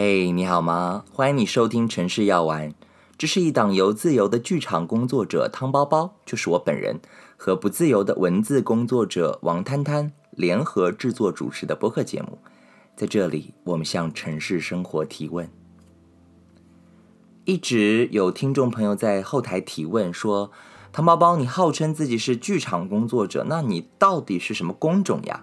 嘿，你好吗？欢迎你收听城市药丸，这是一档由自由的剧场工作者汤包包，就是我本人，和不自由的文字工作者王滩滩联合制作主持的播客节目。在这里，我们向城市生活提问。一直有听众朋友在后台提问说，汤包包，你号称自己是剧场工作者，那你到底是什么工种呀？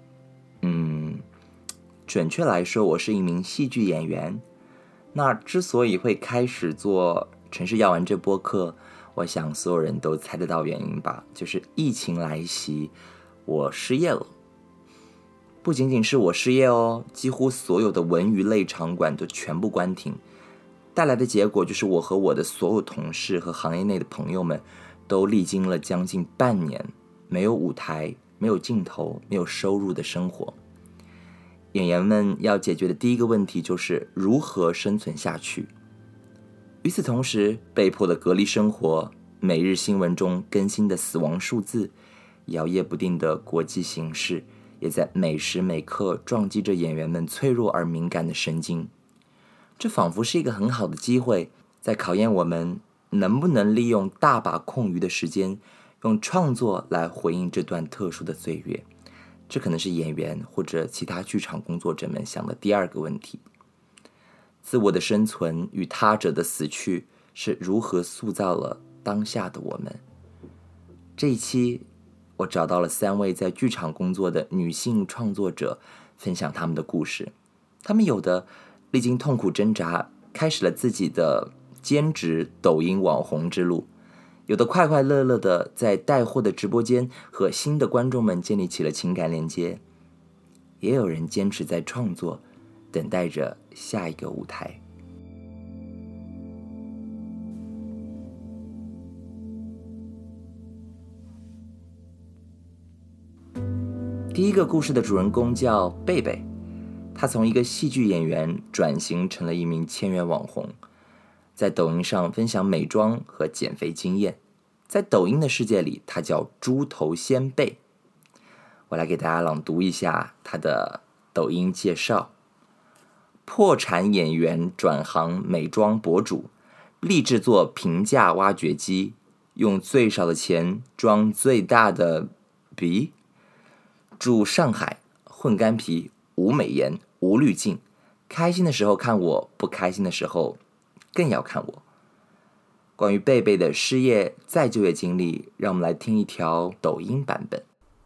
准确来说，我是一名戏剧演员。那之所以会开始做城市药丸这播客，我想所有人都猜得到原因吧，就是疫情来袭，我失业了。不仅仅是我失业哦，几乎所有的文娱类场馆都全部关停，带来的结果就是我和我的所有同事和行业内的朋友们都历经了将近半年没有舞台、没有镜头、没有收入的生活。演员们要解决的第一个问题就是如何生存下去。与此同时，被迫的隔离生活，每日新闻中更新的死亡数字，摇曳不定的国际形势，也在每时每刻撞击着演员们脆弱而敏感的神经。这仿佛是一个很好的机会，在考验我们能不能利用大把空余的时间，用创作来回应这段特殊的岁月。这可能是演员或者其他剧场工作者们想的第二个问题。自我的生存与他者的死去是如何塑造了当下的我们。这一期我找到了3位在剧场工作的女性创作者，分享他们的故事。他们有的历经痛苦挣扎，开始了自己的兼职抖音网红之路，有的快快乐乐的在带货的直播间和新的观众们建立起了情感连接，也有人坚持在创作，等待着下一个舞台。第一个故事的主人公叫贝贝，他从一个戏剧演员转型成了一名千元网红，在抖音上分享美妆和减肥经验。在抖音的世界里，他叫猪头仙贝。我来给大家朗读一下他的抖音介绍：破产演员转行美妆博主，立志做平价挖掘机，用最少的钱装最大的鼻。住上海，混干皮，无美颜，无滤镜，开心的时候看我，不开心的时候更要看我。关于贝贝的失业再就业经历，让我们来听一条抖音版本。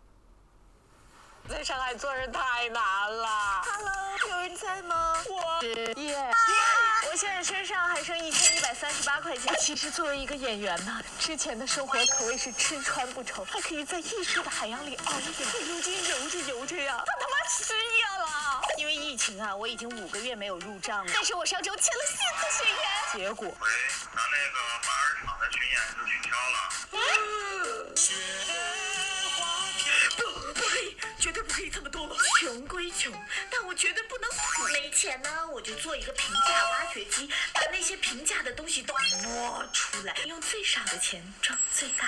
在上海做人太难了。Hello， 有人在吗？我失业。我现在身上还剩1138块钱。其实作为一个演员呢，之前的生活可谓是吃穿不愁，还可以在艺术的海洋里遨游。如今游着呀，他妈失业了。因为疫情啊，我已经5个月没有入账了。但是我上周签了新的巡演，结果咱那个82场的巡演就取消了。雪花片不可以，绝对不可以这么多了。穷归穷，但我绝对不能死。没钱呢，我就做一个平价挖掘机，把那些平价的东西都摸出来，用最少的钱装最大。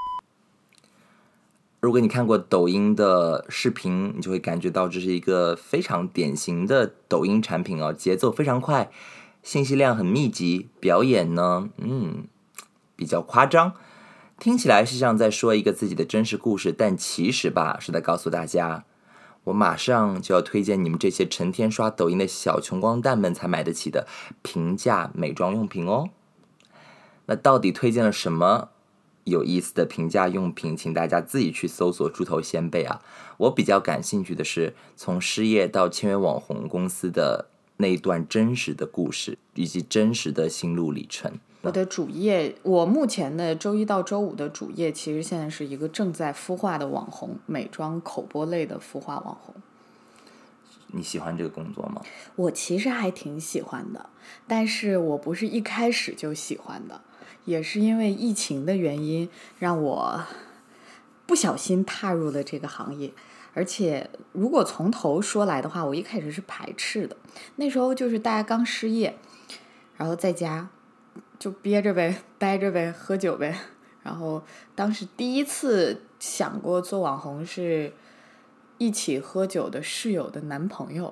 如果你看过抖音的视频，你就会感觉到这是一个非常典型的抖音产品哦，节奏非常快，信息量很密集，表演呢，比较夸张，听起来是像在说一个自己的真实故事，但其实吧，是在告诉大家，我马上就要推荐你们这些成天刷抖音的小穷光蛋们才买得起的平价美妆用品哦。那到底推荐了什么有意思的平价用品，请大家自己去搜索猪头仙贝啊。我比较感兴趣的是从失业到千元网红公司的那一段真实的故事，以及真实的心路历程。 我的主业，我目前的周一到周五的主业，其实现在是一个正在孵化的网红，美妆口播类的孵化网红。 你喜欢这个工作吗？ 我其实还挺喜欢的，但是我不是一开始就喜欢的，也是因为疫情的原因，让我不小心踏入了这个行业。而且如果从头说来的话，我一开始是排斥的。那时候就是大家刚失业，然后在家就憋着呗，待着呗，喝酒呗。然后当时第一次想过做网红，是一起喝酒的室友的男朋友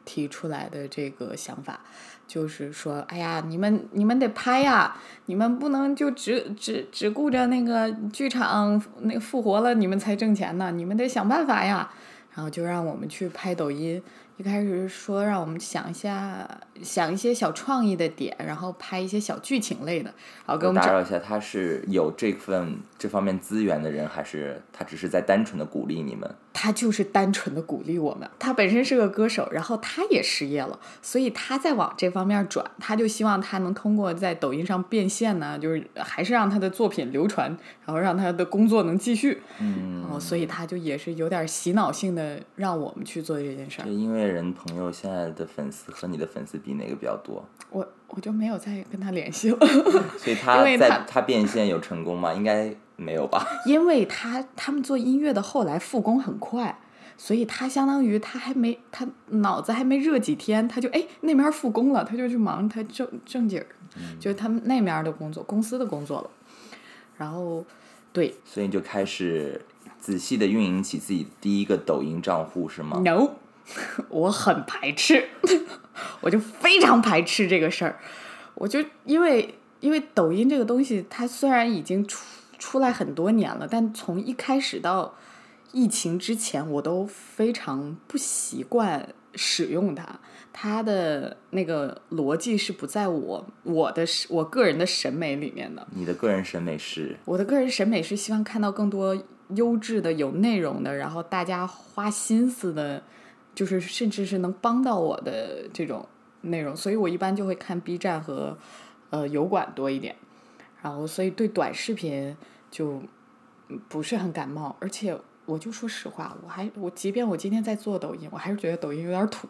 提出来的这个想法，就是说，哎呀，你们得拍呀，你们不能就只顾着那个剧场那个复活了，你们才挣钱呢，你们得想办法呀。然后就让我们去拍抖音，一开始说让我们想一些小创意的点，然后拍一些小剧情类的，然后给我们打扰一下，他是有这方面资源的人，还是他只是在单纯的鼓励你们？ 他就是单纯的鼓励我们。他本身是个歌手，然后他也失业了，所以他在往这方面转，他就希望他能通过在抖音上变现呢，就是还是让他的作品流传，然后让他的工作能继续。然后所以他就也是有点洗脑性的让我们去做这件事儿。 音乐人朋友现在的粉丝和你的粉丝比哪个比较多？ 我就没有再跟他联系了。 所以他变现有成功吗？应该没有吧。 因为他们做音乐的后来复工很快，所以他相当于他脑子还没热几天，他就那边复工了，他就去忙他正经就是他们那边的工作，公司的工作了。然后对， 所以你就开始仔细的运营起自己第一个抖音账户是吗 ？No， 我很排斥，我就非常排斥这个事儿。我就因为抖音这个东西，它虽然已经出来很多年了，但从一开始到疫情之前，我都非常不习惯使用它。它的那个逻辑是不在我个人的审美里面的。 你的个人审美是？ 我的个人审美是希望看到更多优质的、有内容的，然后大家花心思的，就是甚至是能帮到我的这种内容。所以我一般就会看 B 站和油管多一点，然后所以对短视频就不是很感冒。而且我就说实话，即便我今天在做抖音，我还是觉得抖音有点土。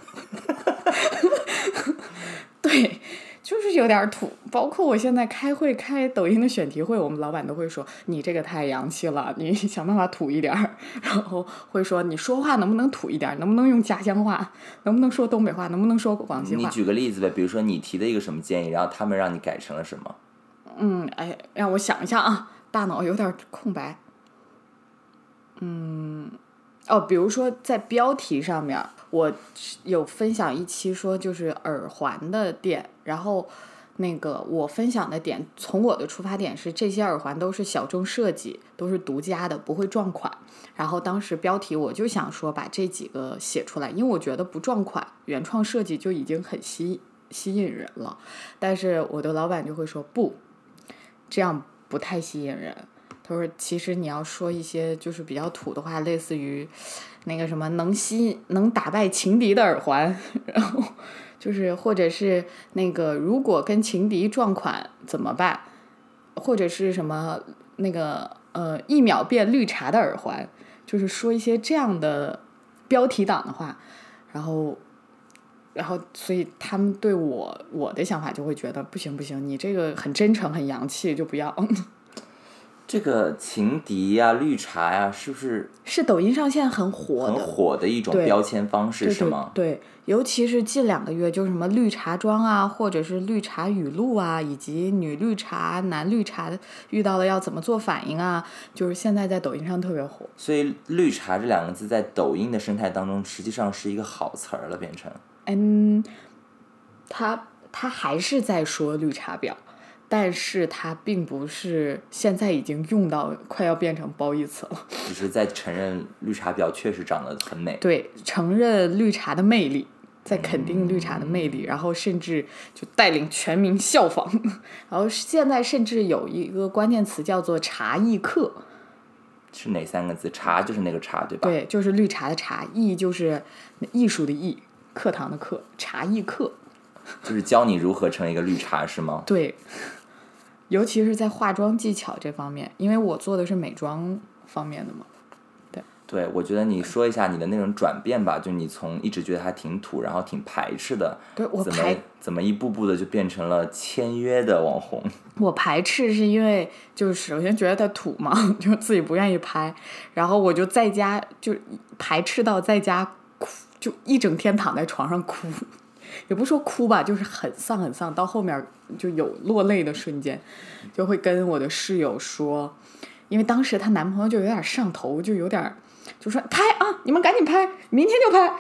对，就是有点土。包括我现在开抖音的选题会，我们老板都会说你这个太洋气了，你想办法土一点。然后会说你说话能不能土一点，能不能用家乡话，能不能说东北话，能不能说广西话。 你举个例子呗，比如说你提的一个什么建议，然后他们让你改成了什么？ 让我想一下啊，大脑有点空白。比如说在标题上面，我有分享一期说就是耳环的店，然后那个我分享的点，从我的出发点是这些耳环都是小众设计，都是独家的，不会撞款。然后当时标题我就想说把这几个写出来，因为我觉得不撞款原创设计就已经很吸引人了。但是我的老板就会说不，这样不太吸引人。他说其实你要说一些就是比较土的话，类似于那个什么能打败情敌的耳环，然后就是或者是那个如果跟情敌撞款怎么办，或者是什么那个1秒变绿茶的耳环，就是说一些这样的标题党的话，然后所以他们对我的想法就会觉得不行，你这个很真诚很洋气，就不要。 这个情敌呀、绿茶呀，是不是抖音上现在很火的一种标签方式是吗？ 对，尤其是近2个月，就是什么绿茶妆啊，或者是绿茶语录啊，以及女绿茶、男绿茶遇到了要怎么做反应啊，就是现在在抖音上特别火。 所以绿茶这2个字在抖音的生态当中，实际上是一个好词儿了，变成。 他还是在说绿茶婊。但是它并不是现在已经用到快要变成褒义词了， 只是在承认绿茶婊确实长得很美。 对，承认绿茶的魅力，在肯定绿茶的魅力，然后甚至就带领全民效仿。然后现在甚至有一个关键词叫做茶艺课。 是哪3个字？茶就是那个茶对吧？ 对，就是绿茶的茶，艺就是艺术的艺，课堂的课，茶艺课就是教你如何成为一个绿茶是吗？ 对，尤其是在化妆技巧这方面，因为我做的是美妆方面的嘛。 对，我觉得你说一下你的那种转变吧，就你从一直觉得还挺土，然后挺排斥的， 对，我怎么一步步的就变成了签约的网红？ 我排斥是因为就是首先觉得它土嘛，就自己不愿意拍，然后我就在家就排斥到在家哭，就一整天躺在床上哭。也不说哭吧，就是很丧，到后面就有落泪的瞬间，就会跟我的室友说，因为当时她男朋友就有点上头，就有点就说拍啊，你们赶紧拍，明天就拍，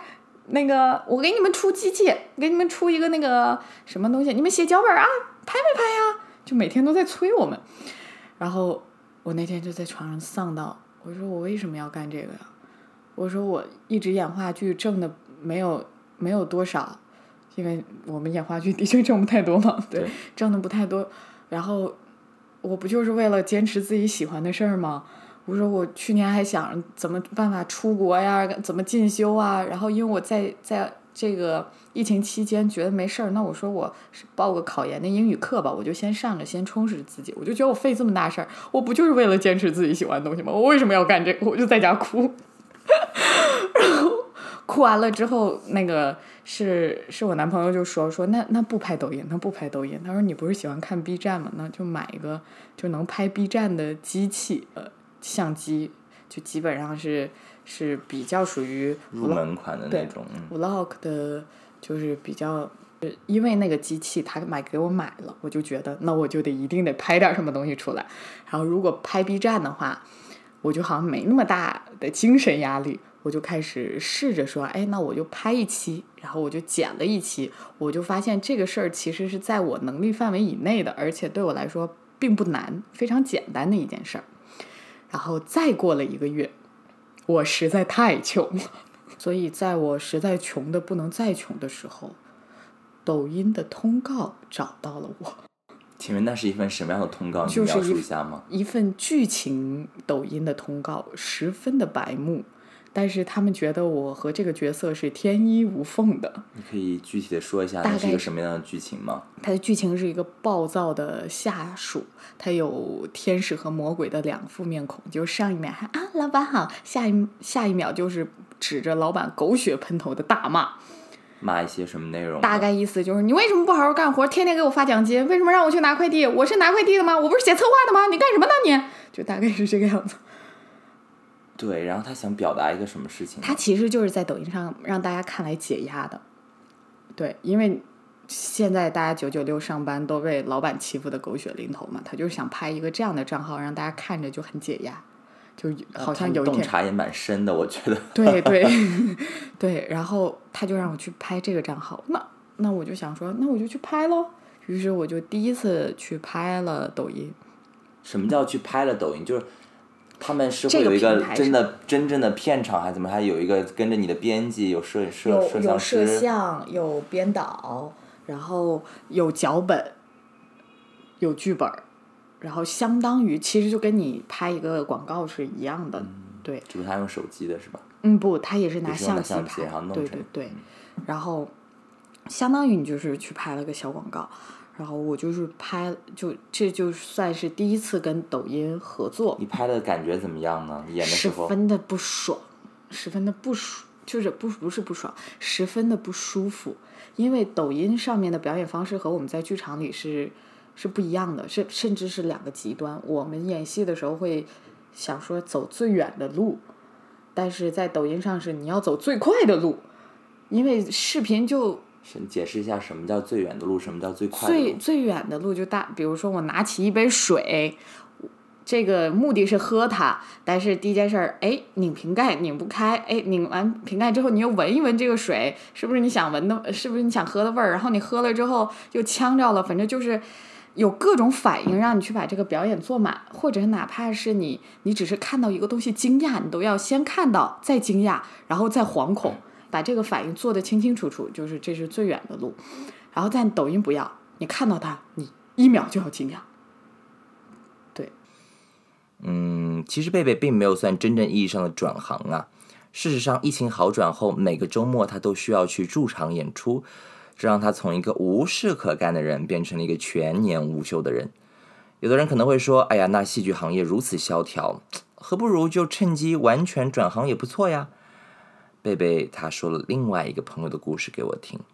那个我给你们出机器，给你们出一个那个什么东西，你们写脚本啊，拍没拍呀？就每天都在催我们。然后我那天就在床上丧到，我说我为什么要干这个呀？我说我一直演话剧挣的没有多少，因为我们演话剧的确挣不太多嘛，对，挣的不太多。然后我不就是为了坚持自己喜欢的事儿吗？我说我去年还想怎么办法出国呀，怎么进修啊。然后因为我在这个疫情期间觉得没事儿，那我说我报个考研的英语课吧，我就先上着，先充实自己。我就觉得我费这么大事儿，我不就是为了坚持自己喜欢的东西吗？我为什么要干这个？我就在家哭。然后哭完了之后，那个是我男朋友就说那不拍抖音，他说你不是喜欢看 B 站吗？那就买一个就能拍 B 站的机器，相机，就基本上是比较属于入门款的那种 vlog 的，就是比较。因为那个机器他给我买了，我就觉得那我就一定得拍点什么东西出来。然后如果拍 B 站的话，我就好像没那么大的精神压力，我就开始试着说，哎，那我就拍一期，然后我就剪了一期，我就发现这个事儿其实是在我能力范围以内的，而且对我来说并不难，非常简单的一件事儿。然后再过了1个月，我实在太穷了，所以在我实在穷的不能再穷的时候，抖音的通告找到了我。 请问那是一份什么样的通告？你描述一下吗？ 一份剧情抖音的通告，十分的白目，但是他们觉得我和这个角色是天衣无缝的。 你可以具体的说一下那是一个什么样的剧情吗？ 它的剧情是一个暴躁的下属，它有天使和魔鬼的2副面孔，就上一秒还老板好，下一秒就是指着老板狗血喷头的大骂一些什么内容？ 大概意思就是你为什么不好好干活，天天给我发奖金，为什么让我去拿快递？我是拿快递的吗？我不是写策划的吗？你干什么呢你？就大概是这个样子。 对，然后他想表达一个什么事情？ 他其实就是在抖音上让大家看来解压的。对，因为现在大家996上班都被老板欺负的狗血淋头嘛，他就是想拍一个这样的账号，让大家看着就很解压。就好像有一天洞察也蛮深的，我觉得。 对对，然后他就让我去拍这个账号，那我就想说，那我就去拍咯。于是我就第一次去拍了抖音。 什么叫去拍了抖音？就是他们是会有一个真正的片场，还是怎么？还有一个跟着你的编辑，有摄像师， 有摄像，有编导，然后有脚本，有剧本。然后相当于其实就跟你拍一个广告是一样的，对。 只不过他用手机的是吧？ 不，他也是拿相机拍，对。然后相当于你就是去拍了个小广告，然后我就是这就算是第一次跟抖音合作。 你拍的感觉怎么样呢？演的时候。 十分的不爽，就是不是不爽，十分的不舒服，因为抖音上面的表演方式和我们在剧场里是不一样的，甚至是2个极端。我们演戏的时候会想说走最远的路，但是在抖音上是你要走最快的路，因为视频就。 解释一下什么叫最远的路，什么叫最快的路？ 最远的路就比如说我拿起一杯水，这个目的是喝它，但是第一件事拧瓶盖拧不开，拧完瓶盖之后你又闻一闻这个水，是不是你想闻的，是不是你想喝的味儿？然后你喝了之后又呛着了，反正就是有各种反应让你去把这个表演做满，或者哪怕是你只是看到一个东西惊讶，你都要先看到再惊讶，然后再惶恐，把这个反应做得清清楚楚，就是这是最远的路。然后在抖音不要，你看到它你1秒就要惊讶。对， 其实贝贝并没有算真正意义上的转行啊。事实上疫情好转后，每个周末他都需要去驻场演出，这让他从一个无事可干的人变成了一个全年无休的人。有的人可能会说，哎呀，那戏剧行业如此萧条，何不如就趁机完全转行也不错呀。贝贝他说了另外一个朋友的故事给我听。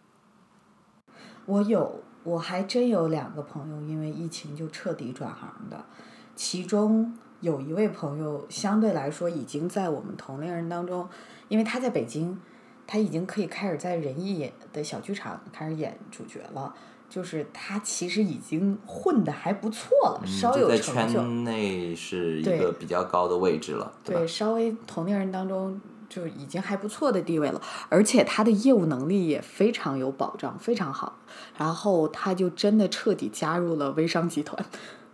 我还真有2个朋友因为疫情就彻底转行的，其中有一位朋友相对来说已经在我们同龄人当中，因为他在北京，他已经可以开始在仁义的小剧场开始演主角了，就是他其实已经混得还不错了，稍有成就， 在圈内是一个比较高的位置了，对吧？ 对，稍微同龄人当中就已经还不错的地位了，而且他的业务能力也非常有保障，非常好。然后他就真的彻底加入了微商集团。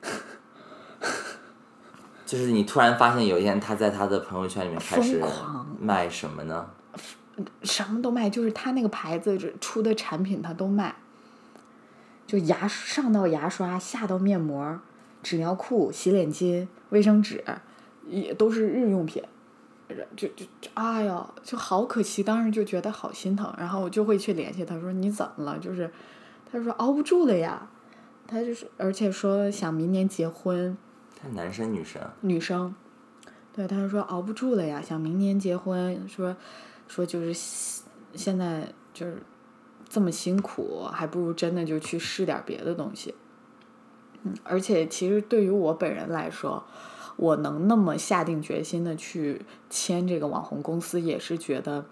就是你突然发现有一天他在他的朋友圈里面开始疯狂卖什么呢？ 什么都卖，就是他那个牌子出的产品他都卖，就上到牙刷，下到面膜、纸尿裤、洗脸巾、卫生纸，也都是日用品。就哎呀，就好可惜，当时就觉得好心疼，然后我就会去联系他说你怎么了？就是他说熬不住了呀，他就是而且说想明年结婚。 他男生女生？ 女生。对，他就说熬不住了呀，想明年结婚，说就是现在就是这么辛苦，还不如真的就去试点别的东西。而且其实对于我本人来说，我能那么下定决心的去签这个网红公司，也是觉得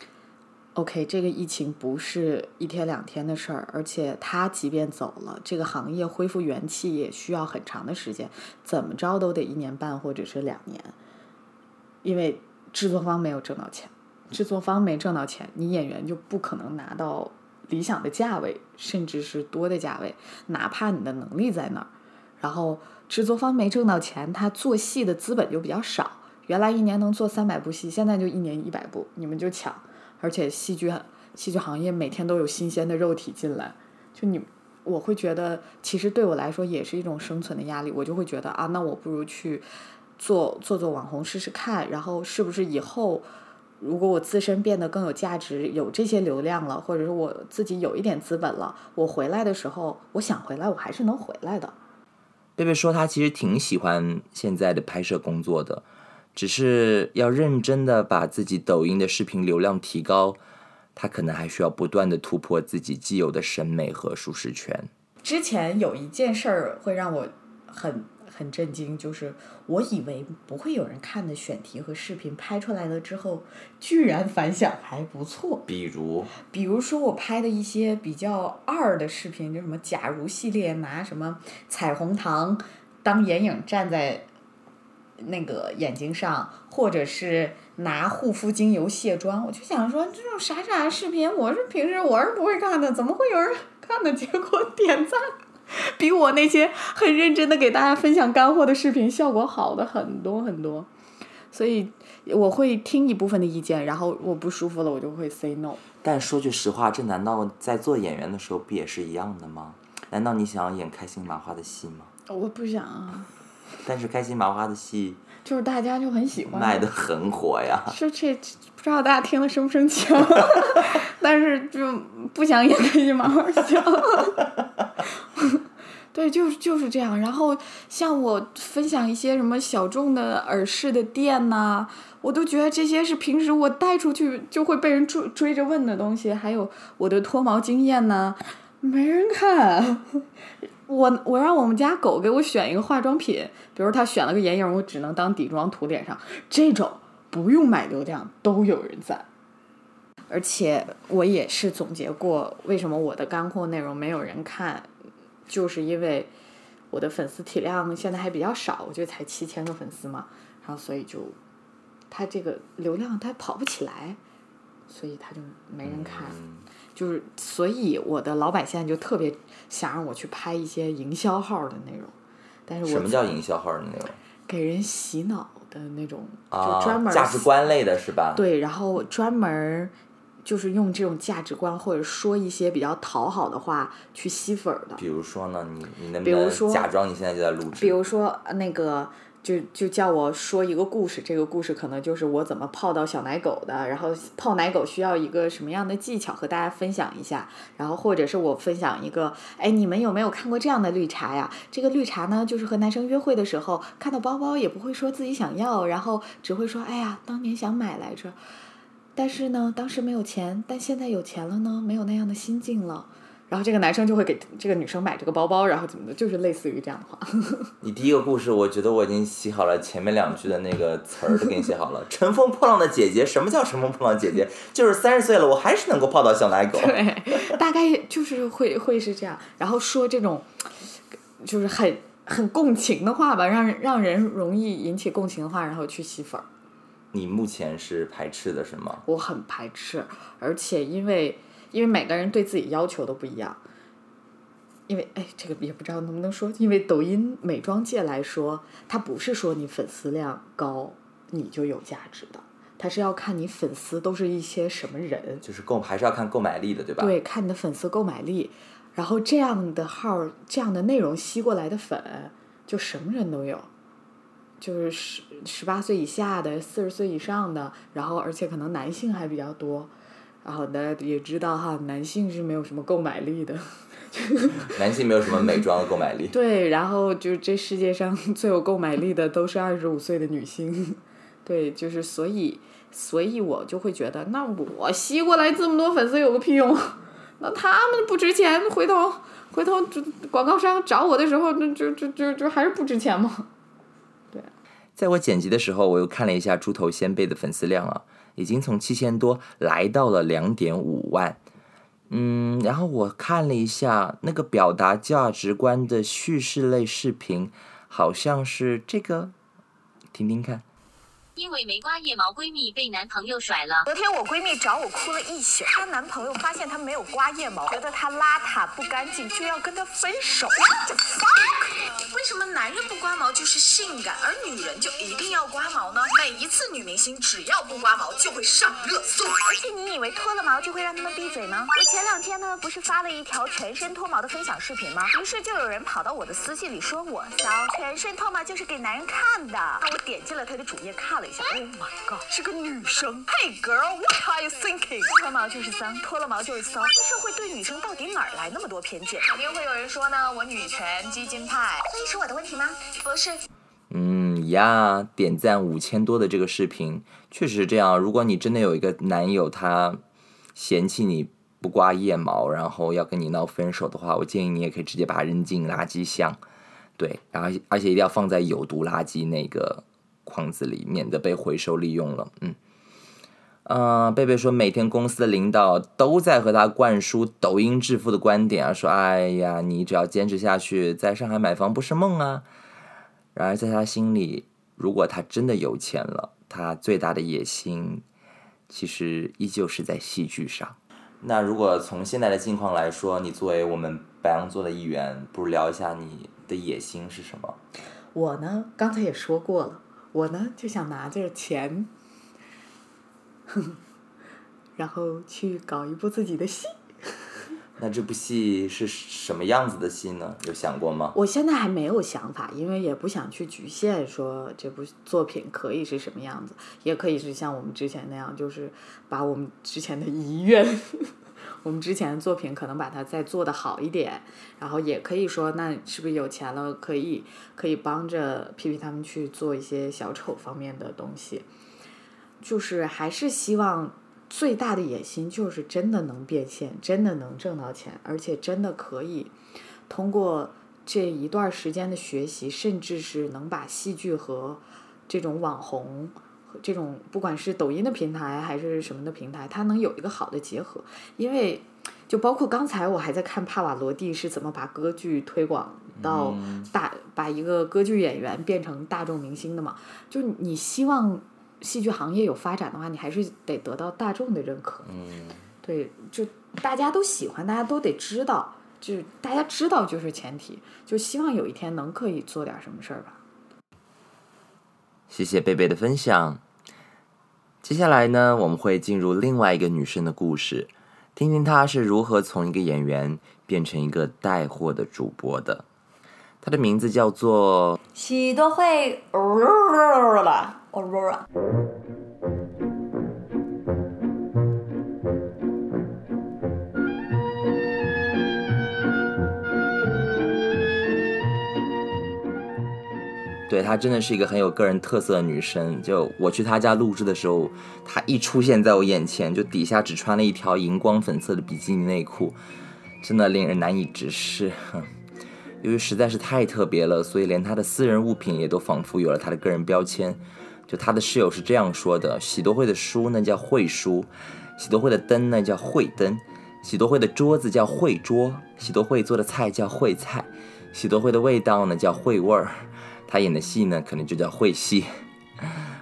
OK， 这个疫情不是一天两天的事儿，而且他即便走了，这个行业恢复元气也需要很长的时间，怎么着都得1年半或者是2年，因为制作方没有挣到钱，制作方没挣到钱，你演员就不可能拿到理想的价位，甚至是多的价位，哪怕你的能力在那儿，然后制作方没挣到钱，他做戏的资本就比较少，原来1年能做300部戏，现在就1年100部，你们就抢。而且戏剧行业每天都有新鲜的肉体进来，我会觉得其实对我来说也是一种生存的压力，我就会觉得啊，那我不如去做网红试试看，然后是不是以后如果我自身变得更有价值，有这些流量了，或者是我自己有一点资本了，我回来的时候，我想回来我还是能回来的。 贝贝说他其实挺喜欢现在的拍摄工作的，只是要认真的把自己抖音的视频流量提高，他可能还需要不断的突破自己既有的审美和舒适圈。 之前有一件事儿会让我很震惊，就是我以为不会有人看的选题和视频拍出来了之后，居然反响还不错。 比如说我拍的一些比较二的视频，就什么假如系列，拿什么彩虹糖当眼影站在那个眼睛上，或者是拿护肤精油卸妆，我就想说这种傻视频，平时我是不会看的，怎么会有人看的？结果点赞比我那些很认真的给大家分享干货的视频效果好的很多很多。所以我会听一部分的意见，然后我不舒服了我就会 say no。 但说句实话，这难道在做演员的时候不也是一样的吗？难道你想要演开心麻花的戏吗？ 我不想啊。 但是开心麻花的戏就是大家就很喜欢， 卖得很火呀。 是这不知道大家听了生不生气，但是就不想演开心麻花戏。对，就是这样。然后像我分享一些什么小众的耳饰的店呐，我都觉得这些是平时我带出去就会被人追着问的东西，还有我的脱毛经验呐，没人看。我让我们家狗给我选一个化妆品，比如他选了个眼影，我只能当底妆涂脸上，这种不用买流量都有人赞。而且我也是总结过，为什么我的干货内容没有人看，就是因为我的粉丝体量现在还比较少，我觉得才7000个粉丝嘛，然后所以就他这个流量他跑不起来，所以他就没人看。就是所以我的老板现在就特别想让我去拍一些营销号的内容，但是什么叫营销号的内容？ 给人洗脑的那种，就专门价值观类的是吧？ 对，然后专门就是用这种价值观或者说一些比较讨好的话去吸粉的。 比如说呢，你能不能假装你现在就在录制？ 比如说那个就叫我说一个故事，这个故事可能就是我怎么泡到小奶狗的，然后泡奶狗需要一个什么样的技巧和大家分享一下，然后或者是我分享一个，哎，你们有没有看过这样的绿茶呀？这个绿茶呢，就是和男生约会的时候看到包包也不会说自己想要，然后只会说，哎呀，当年想买来着，但是呢，当时没有钱，但现在有钱了呢，没有那样的心境了。然后这个男生就会给这个女生买这个包包，然后怎么的，就是类似于这样的话。 你第一个故事，我觉得我已经写好了，前面2句的那个词儿都给你写好了。乘风破浪的姐姐，什么叫乘风破浪姐姐？就是30岁了，我还是能够泡到小奶狗。 对，大概就是会是这样，然后说这种就是很共情的话吧，让人容易引起共情的话，然后去吸粉。 你目前是排斥的是吗？ 我很排斥，而且因为每个人对自己要求都不一样。因为这个也不知道能不能说，因为抖音美妆界来说，它不是说你粉丝量高你就有价值的，它是要看你粉丝都是一些什么人， 就是还是要看购买力的，对吧？ 对，看你的粉丝购买力，然后这样的号这样的内容吸过来的粉就什么人都有，就是18岁以下的，40岁以上的，然后而且可能男性还比较多，然后大家也知道哈，男性是没有什么购买力的。 男性没有什么美妆的购买力。 对，然后就这世界上最有购买力的都是25岁的女性。对，就是所以我就会觉得，那我吸过来这么多粉丝有个屁用？那他们不值钱，回头广告商找我的时候，就还是不值钱吗？对。 在我剪辑的时候，我又看了一下猪头仙贝的粉丝量啊，已经从7000多来到了2.5万。然后我看了一下那个表达价值观的叙事类视频，好像是这个，听听看。 因为没刮腋毛，闺蜜被男朋友甩了。 昨天我闺蜜找我哭了一宿，她男朋友发现她没有刮腋毛，觉得她邋遢不干净，就要跟她分手。 为什么男人不刮毛就是性感，而女人就一定要刮毛呢？每一次女明星只要不刮毛就会上热搜。 而且你以为脱了毛就会让他们闭嘴吗？我前2天呢不是发了一条全身脱毛的分享视频吗？于是就有人跑到我的私信里说我骚，全身脱毛就是给男人看的。那我点进了他的主页看了一下 ，Oh my god， 是个女生。Hey girl，what are you thinking？ 不脱毛就是脏，脱了毛就是骚。这社会对女生到底哪儿来那么多偏见？肯定会有人说呢，我女权激进派，所以是我的问题吗？不是。 点赞5000多的这个视频确实是这样。如果你真的有一个男友，他嫌弃你不刮腋毛，然后要跟你闹分手的话，我建议你也可以直接把它扔进垃圾箱，对，然后而且一定要放在有毒垃圾那个筐子里，免得被回收利用了。贝贝说每天公司的领导都在和他灌输抖音致富的观点啊，说哎呀，你只要坚持下去，在上海买房不是梦啊。然而在他心里，如果他真的有钱了，他最大的野心其实依旧是在戏剧上。那如果从现在的境况来说，你作为我们白羊座的一员，不如聊一下你的野心是什么？ 我呢，刚才也说过了，我呢就想拿着钱然后去搞一部自己的戏。 那这部戏是什么样子的戏呢？有想过吗？ 我现在还没有想法，因为也不想去局限说这部作品可以是什么样子，也可以是像我们之前那样，就是把我们之前的遗愿我们之前的作品可能把它再做得好一点，然后也可以说那是不是有钱了可以帮着皮皮他们去做一些小丑方面的东西，就是还是希望最大的野心就是真的能变现，真的能挣到钱，而且真的可以通过这一段时间的学习，甚至是能把戏剧和这种网红和这种不管是抖音的平台还是什么的平台，它能有一个好的结合。因为就包括刚才我还在看帕瓦罗蒂是怎么把歌剧推广到把一个歌剧演员变成大众明星的嘛，就你希望戏剧行业有发展的话，你还是得得到大众的认可。对，就大家都喜欢，大家都得知道，就是大家知道就是前提，就希望有一天能可以做点什么事儿吧。 谢谢贝贝的分享。接下来呢，我们会进入另外一个女生的故事，听听她是如何从一个演员变成一个带货的主播的。她的名字叫做喜多惠Aurora。 对，她真的是一个很有个人特色的女生。就我去她家录制的时候，她一出现在我眼前，就底下只穿了一条荧光粉色的比基尼内裤，真的令人难以直视。由于实在是太特别了，所以连她的私人物品也都仿佛有了她的个人标签。就她的室友是这样说的：喜多惠的书呢叫惠书，喜多惠的灯呢叫惠灯，喜多惠的桌子叫惠桌，喜多惠做的菜叫惠菜，喜多惠的味道呢叫惠味儿，她演的戏呢可能就叫惠戏。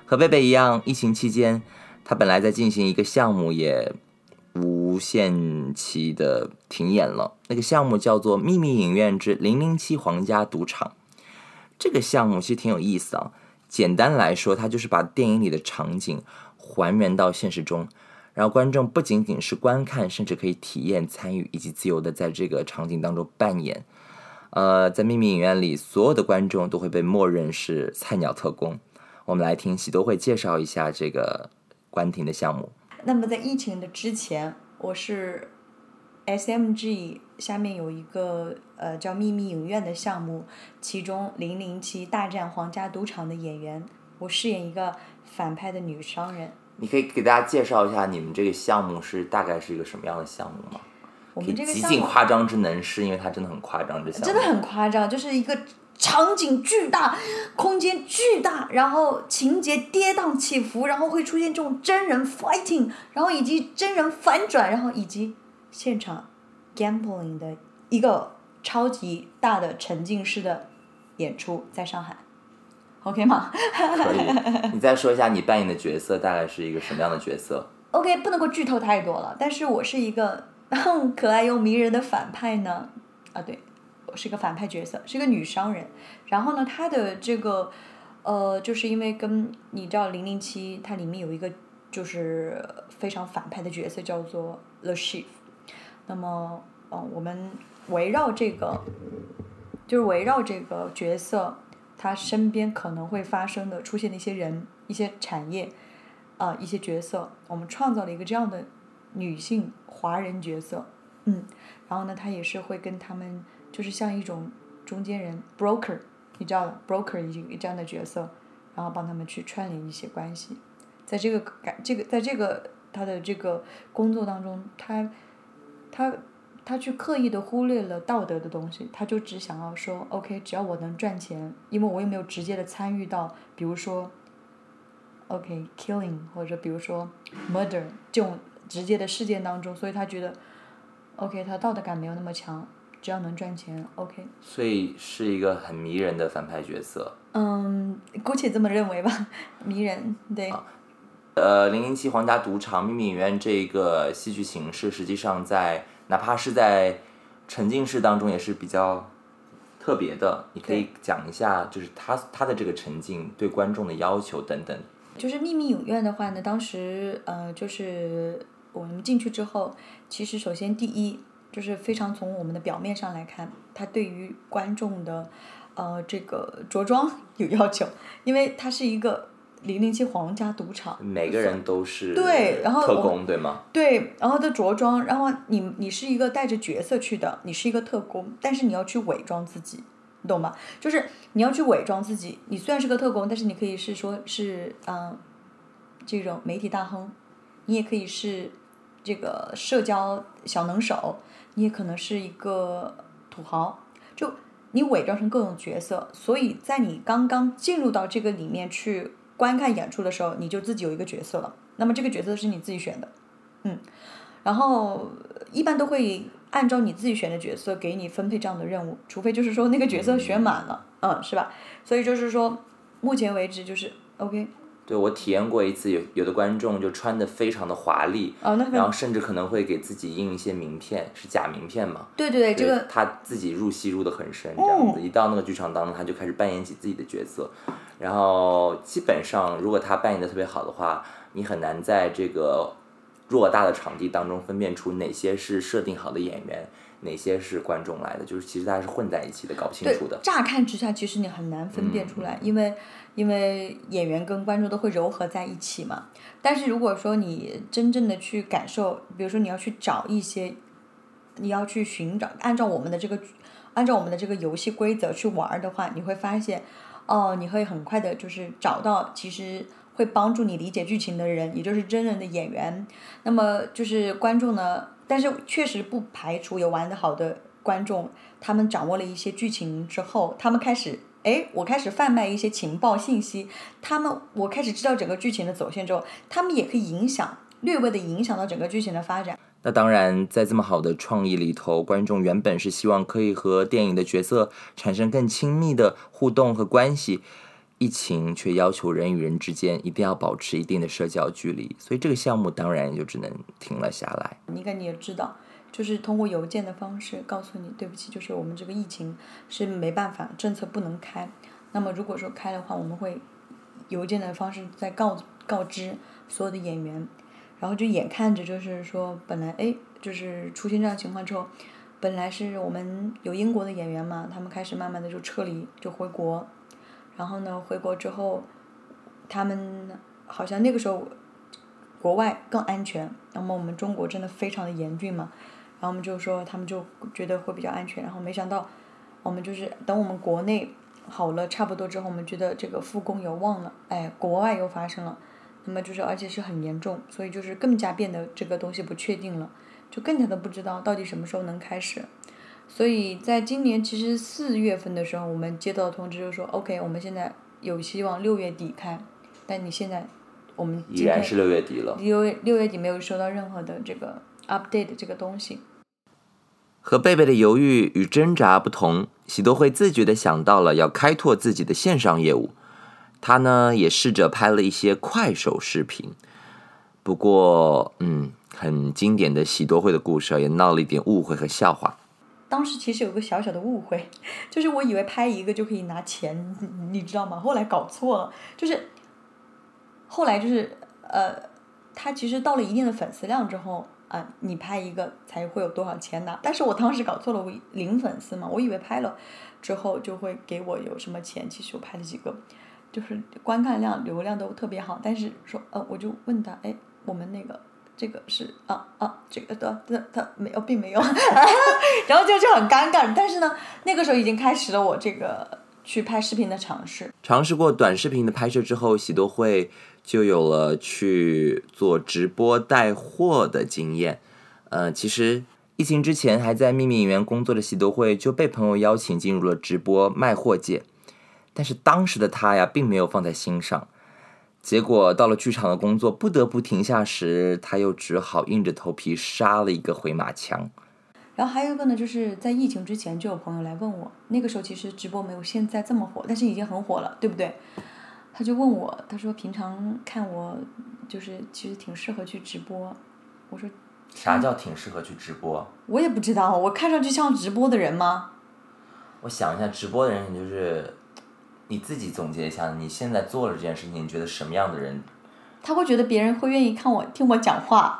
和贝贝一样，疫情期间他本来在进行一个项目，也无限期的停演了。那个项目叫做《秘密影院之007皇家赌场》。这个项目其实挺有意思啊。简单来说，它就是把电影里的场景还原到现实中，然后观众不仅仅是观看，甚至可以体验、参与以及自由的在这个场景当中扮演。在秘密影院里，所有的观众都会被默认是菜鸟特工。我们来听喜多惠介绍一下这个关停的项目。 那么在疫情的之前，我是 SMG 下面有一个叫秘密影院的项目，其中007大战皇家赌场的演员，我饰演一个反派的女商人。 你可以给大家介绍一下你们这个项目大概是一个什么样的项目吗？ 我们这个极项目尽夸张之能事，因为它真的很夸张，这项目真的很夸张，就是一个场景巨大，空间巨大，然后情节跌宕起伏，然后会出现这种真人 fighting， 然后以及真人反转，然后以及现场 gambling 的一个超级大的沉浸式的演出，在上海 OK 吗？ 可以。你再说一下你扮演的角色大概是一个什么样的角色？ OK， 不能够剧透太多了，但是我是一个可爱又迷人的反派呢。对，我是一个反派角色，是一个女商人。然后呢，她的这个就是因为跟你知道007，它里面有一个就是非常反派的角色叫做 The Chief。那么我们围绕这个角色，他身边可能会发生的出现的一些人、一些产业一些角色，我们创造了一个这样的女性华人角色。然后呢，他也是会跟他们就是像一种中间人 broker， 你知道的 broker 一个这样的角色，然后帮他们去串联一些关系。在这个他的这个工作当中，他去刻意的忽略了道德的东西，他就只想要说 OK， 只要我能赚钱，因为我也没有直接的参与到比如说 OK killing 或者比如说 murder 这种直接的事件当中，所以他觉得 OK 他道德感没有那么强，只要能赚钱 OK。 所以是一个很迷人的反派角色。 姑且这么认为吧，迷人。对。 007皇家赌场秘密影院这个戏剧形式，实际上哪怕是在沉浸式当中也是比较特别的。你可以讲一下，就是它的这个沉浸对观众的要求等等。 就是秘密影院的话呢，当时就是我们进去之后，其实首先第一就是非常从我们的表面上来看，它对于观众的这个着装有要求，因为它是一个007皇家赌场， 每个人都是对，然后特工对吗？ 对，然后的着装，然后你是一个带着角色去的，你是一个特工，但是你要去伪装自己，你懂吗？就是你要去伪装自己，你虽然是个特工，但是你可以是说是这种媒体大亨，你也可以是这个社交小能手，你也可能是一个土豪，就你伪装成各种角色，所以在你刚刚进入到这个里面去观看演出的时候，你就自己有一个角色了，那么这个角色是你自己选的。然后一般都会按照你自己选的角色给你分配这样的任务，除非就是说那个角色选满了，是吧？所以就是说目前为止就是 OK。 对，我体验过一次，有的观众就穿得非常的华丽，然后甚至可能会给自己印一些名片，是假名片嘛？ 对，这个他自己入戏入得很深，这样子，一到那个剧场当中，他就开始扮演起自己的角色，然后基本上如果他扮演得特别好的话，你很难在这个偌大的场地当中分辨出哪些是设定好的演员，哪些是观众来的，就是其实大家是混在一起的，搞不清楚的。 对，乍看之下其实你很难分辨出来，因为演员跟观众都会糅合在一起嘛。但是如果说你真正的去感受，比如说你要去找一些，你要去寻找，按照我们的这个游戏规则去玩的话，你会发现你会很快的就是找到其实会帮助你理解剧情的人，也就是真人的演员。那么就是观众呢，但是确实不排除有玩得好的观众，他们掌握了一些剧情之后，他们开始我开始贩卖一些情报信息，我开始知道整个剧情的走线之后，他们也可以略微的影响到整个剧情的发展。 那当然，在这么好的创意里头，观众原本是希望可以和电影的角色产生更亲密的互动和关系， 疫情却要求人与人之间一定要保持一定的社交距离，所以这个项目当然就只能停了下来。 应该你也知道，就是通过邮件的方式告诉你，对不起，就是我们这个疫情是没办法，政策不能开。那么如果说开的话，我们会邮件的方式再告知所有的演员，然后就眼看着就是说本来就是出现这样的情况之后，本来是我们有英国的演员嘛，他们开始慢慢的就撤离，就回国。然后呢，回国之后，他们好像那个时候国外更安全，那么我们中国真的非常的严峻嘛，然后我们就说他们就觉得会比较安全，然后没想到我们就是等我们国内好了差不多之后，我们觉得这个复工有望了，国外又发生了，那么就是而且是很严重，所以就是更加变得这个东西不确定了，就更加的不知道到底什么时候能开始。所以在今年其实4月份的时候，我们接到通知就说 OK， 我们现在有希望6月底开，但你现在我们依然是6月底了。 6月底没有收到任何的这个 update 这个东西。 和贝贝的犹豫与挣扎不同，喜多惠自觉地想到了要开拓自己的线上业务。他呢也试着拍了一些快手视频，不过很经典的喜多惠的故事也闹了一点误会和笑话。 当时其实有个小小的误会，就是我以为拍一个就可以拿钱，你知道吗？后来搞错了，就是后来就是他其实到了一定的粉丝量之后你拍一个才会有多少钱拿，但是我当时搞错了，我0粉丝嘛，我以为拍了之后就会给我有什么钱，其实我拍了几个，就是观看量、流量都特别好，但是说我就问他，我们那个。这个是这个他没有，并没有，然后就很尴尬。但是呢，那个时候已经开始了我这个去拍视频的尝试。 尝试过短视频的拍摄之后，喜多惠就有了去做直播带货的经验。其实疫情之前还在秘密影院工作的喜多惠就被朋友邀请进入了直播卖货界，但是当时的他呀，并没有放在心上。结果到了剧场的工作不得不停下时，他又只好硬着头皮杀了一个回马枪。 然后还有一个呢，就是在疫情之前就有朋友来问我，那个时候其实直播没有现在这么火，但是已经很火了，对不对？他就问我，他说平常看我就是其实挺适合去直播。我说啥叫挺适合去直播？ 我也不知道，我看上去像直播的人吗？ 我想一下，直播的人就是你自己总结一下，你现在做了这件事情，你觉得什么样的人？ 他会觉得别人会愿意听我讲话。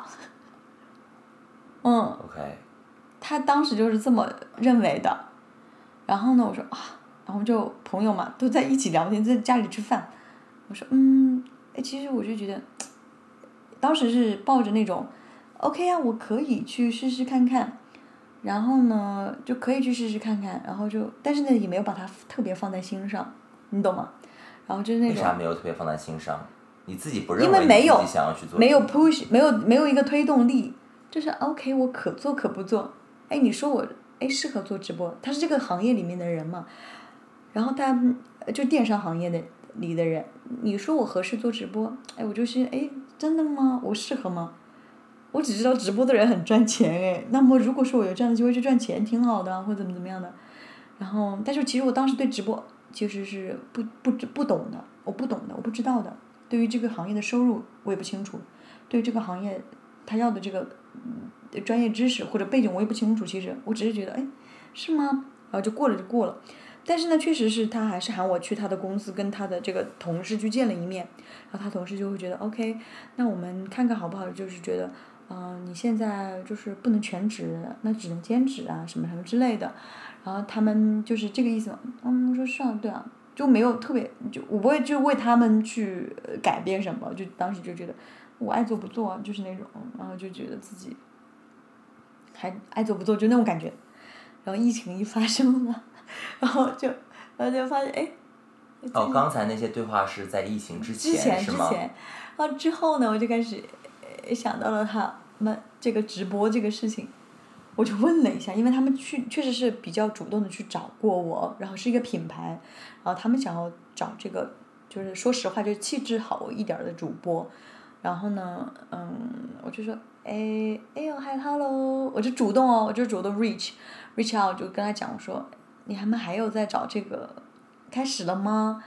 OK。 他当时就是这么认为的。然后呢，我说然后就朋友嘛，都在一起聊天，在家里吃饭。我说其实我就觉得，当时是抱着那种 OK 啊，我可以去试试看看。然后呢，就可以去试试看看，然后但是呢，也没有把它特别放在心上。你懂吗？然后就是那种为啥没有特别放在心上？你自己不认为因为没有你自己想要去做， 没有 push， 没有一个推动力，就是 OK， 我可做可不做。你说我适合做直播，他是这个行业里面的人嘛，然后他就电商行业里的人，你说我合适做直播，我就是真的吗？我适合吗？我只知道直播的人很赚钱那么如果说我有这样的机会去赚钱，挺好的，或者怎么样的。然后，但是其实我当时对直播其实是不懂的，我不懂的，我不知道的。对于这个行业的收入我也不清楚，对于这个行业他要的这个专业知识或者背景我也不清楚。其实我只是觉得是吗？然后就过了。但是呢，确实是他还是喊我去他的公司跟他的这个同事去见了一面，然后他同事就会觉得 OK， 那我们看看好不好，就是觉得你现在就是不能全职，那只能兼职啊什么什么之类的。然后他们就是这个意思嘛。我说是啊，对啊，就没有特别，就我不会就为他们去改变什么，就当时就觉得我爱做不做，就是那种，然后就觉得自己还爱做不做，就那种感觉。然后疫情一发生了，然后就发现刚才那些对话是在疫情之前是吗？ 然后之后呢，我就开始想到了他们这个直播这个事情。我就问了一下，因为他们确实是比较主动的去找过我，然后是一个品牌，然后他们想要找这个，就是说实话，就是气质好一点的主播。然后呢，我就说，hello，我就主动reach out，就跟他讲，我说，你们还有在找这个，开始了吗？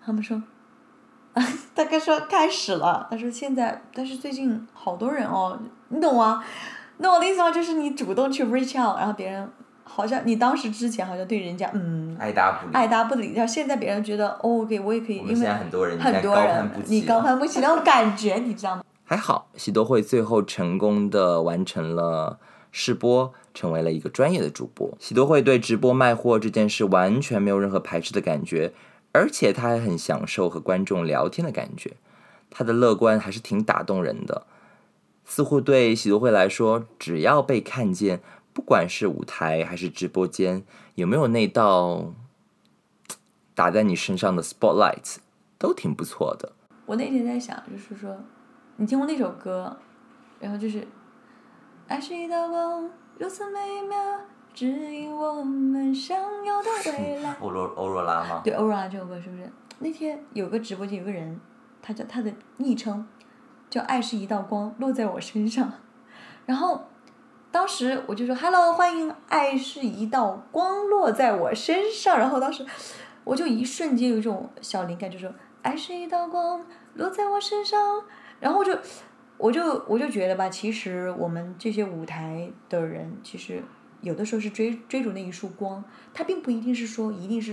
他们说，大概说开始了。他说现在，但是最近好多人哦，你懂吗？那我的意思吗？就是你主动去 reach out，然后别人好像你当时之前好像对人家爱答不理， 爱答不理，然后现在别人觉得OK，我也可以，因为我们现在很多人你高攀不起那种感觉，你知道吗？ 还好，喜多惠最后成功的完成了试播，成为了一个专业的主播。喜多惠对直播卖货这件事完全没有任何排斥的感觉，而且他还很享受和观众聊天的感觉。他的乐观还是挺打动人的，似乎对喜多惠来说，只要被看见，不管是舞台还是直播间，有没有那道打在你身上的 spotlight， 都挺不错的。 我那天在想，就是说，你听过那首歌，然后就是爱是一道光，如此美妙，指引我们想要的未来。 欧若拉吗？ 对，欧若拉这首歌是不是？那天有个直播间有个人，他的昵称叫爱是一道光落在我身上，然后当时我就说 Hello， 欢迎爱是一道光落在我身上，然后当时我就一瞬间有一种小灵感，就说爱是一道光落在我身上，然后我就觉得吧，其实我们这些舞台的人，其实有的时候是追逐那一束光，它并不一定是说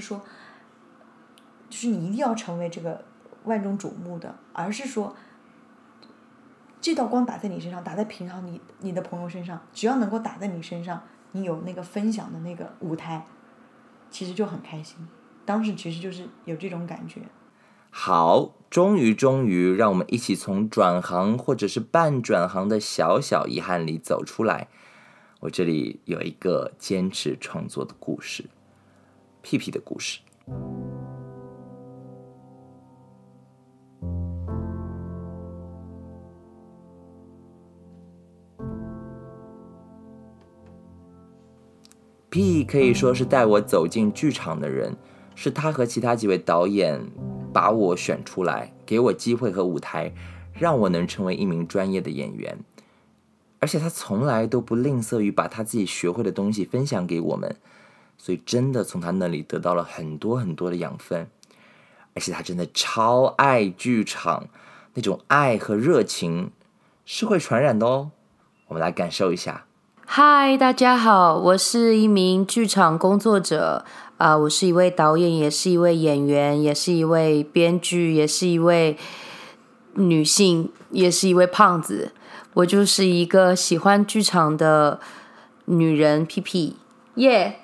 就是你一定要成为这个万众瞩目的，而是说这道光打在你身上，打在平常你的朋友身上，只要能够打在你身上，你有那个分享的那个舞台，其实就很开心。当时其实就是有这种感觉。 好，终于让我们一起从转行或者是半转行的小小遗憾里走出来。我这里有一个坚持创作的故事，屁屁的故事。屁可以说是带我走进剧场的人，是他和其他几位导演把我选出来，给我机会和舞台，让我能成为一名专业的演员。而且他从来都不吝啬于把他自己学会的东西分享给我们，所以真的从他那里得到了很多很多的养分。而且他真的超爱剧场，那种爱和热情是会传染的哦。我们来感受一下。 嗨，大家好，我是一名剧场工作者我是一位导演，也是一位演员，也是一位编剧，也是一位女性，也是一位胖子。我就是一个喜欢剧场的女人，屁屁耶！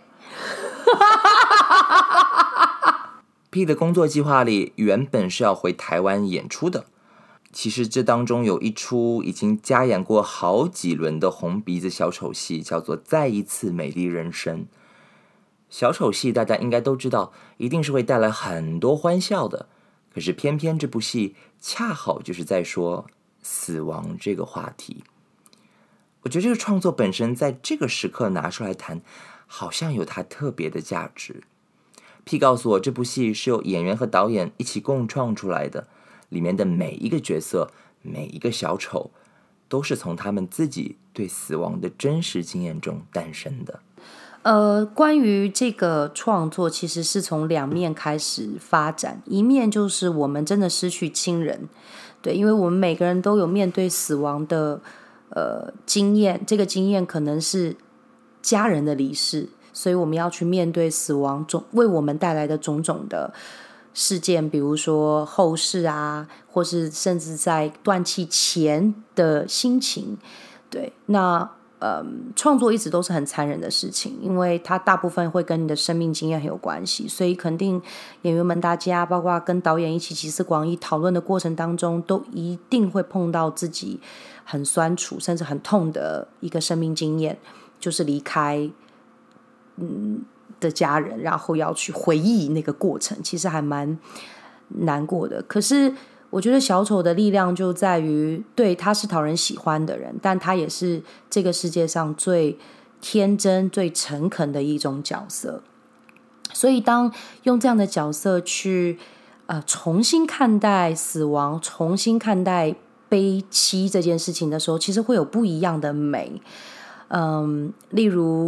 屁的工作计划里原本是要回台湾演出的，其实这当中有一出已经加演过好几轮的红鼻子小丑戏，叫做《再一次美丽人生》。小丑戏大家应该都知道，一定是会带来很多欢笑的。可是偏偏这部戏恰好就是在说死亡这个话题。我觉得这个创作本身在这个时刻拿出来谈，好像有它特别的价值。P 告诉我，这部戏是由演员和导演一起共创出来的，里面的每一个角色，每一个小丑，都是从他们自己对死亡的真实经验中诞生的。 关于这个创作，其实是从两面开始发展。一面就是我们真的失去亲人，对，因为我们每个人都有面对死亡的经验，这个经验可能是家人的离世，所以我们要去面对死亡为我们带来的种种的事件，比如说后事啊，或是甚至在断气前的心情。对，那创作一直都是很残忍的事情，因为它大部分会跟你的生命经验很有关系，所以肯定演员们大家包括跟导演一起集思广益讨论的过程当中，都一定会碰到自己很酸楚甚至很痛的一个生命经验，就是离开的家人，然后要去回忆那个过程，其实还蛮难过的。可是我觉得小丑的力量就在于，对，他是讨人喜欢的人，但他也是这个世界上最天真最诚恳的一种角色。所以当用这样的角色去重新看待死亡，重新看待悲戚这件事情的时候，其实会有不一样的美。例如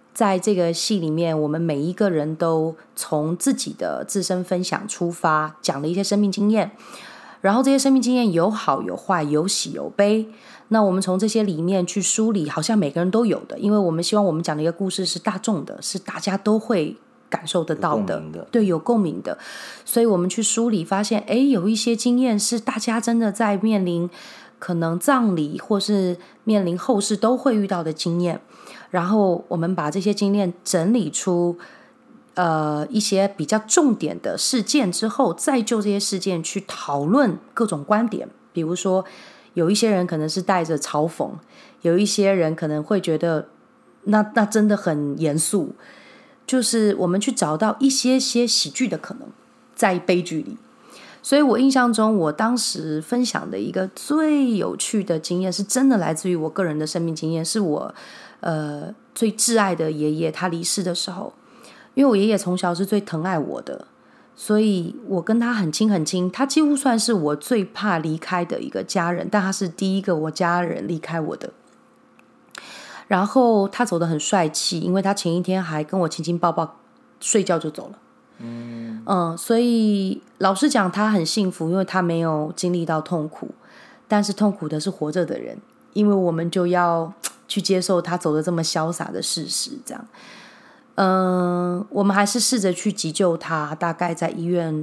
在这个戏里面，我们每一个人都从自己的自身分享出发，讲了一些生命经验，然后这些生命经验有好有坏，有喜有悲。那我们从这些里面去梳理，好像每个人都有的，因为我们希望我们讲的一个故事是大众的，是大家都会感受得到的，对，有共鸣的。所以我们去梳理，发现有一些经验是大家真的在面临可能葬礼或是面临后事都会遇到的经验，然后我们把这些经验整理出一些比较重点的事件之后，再就这些事件去讨论各种观点。比如说有一些人可能是带着嘲讽，有一些人可能会觉得那真的很严肃，就是我们去找到一些喜剧的可能在悲剧里。所以我印象中，我当时分享的一个最有趣的经验，是真的来自于我个人的生命经验，是我最挚爱的爷爷他离世的时候。因为我爷爷从小是最疼爱我的，所以我跟他很亲很亲，他几乎算是我最怕离开的一个家人，但他是第一个我家人离开我的。然后他走得很帅气，因为他前一天还跟我亲亲抱抱，睡觉就走了。所以老实讲他很幸福，因为他没有经历到痛苦，但是痛苦的是活着的人，因为我们就要去接受他走得这么潇洒的事实。这样我们还是试着去急救他，大概在医院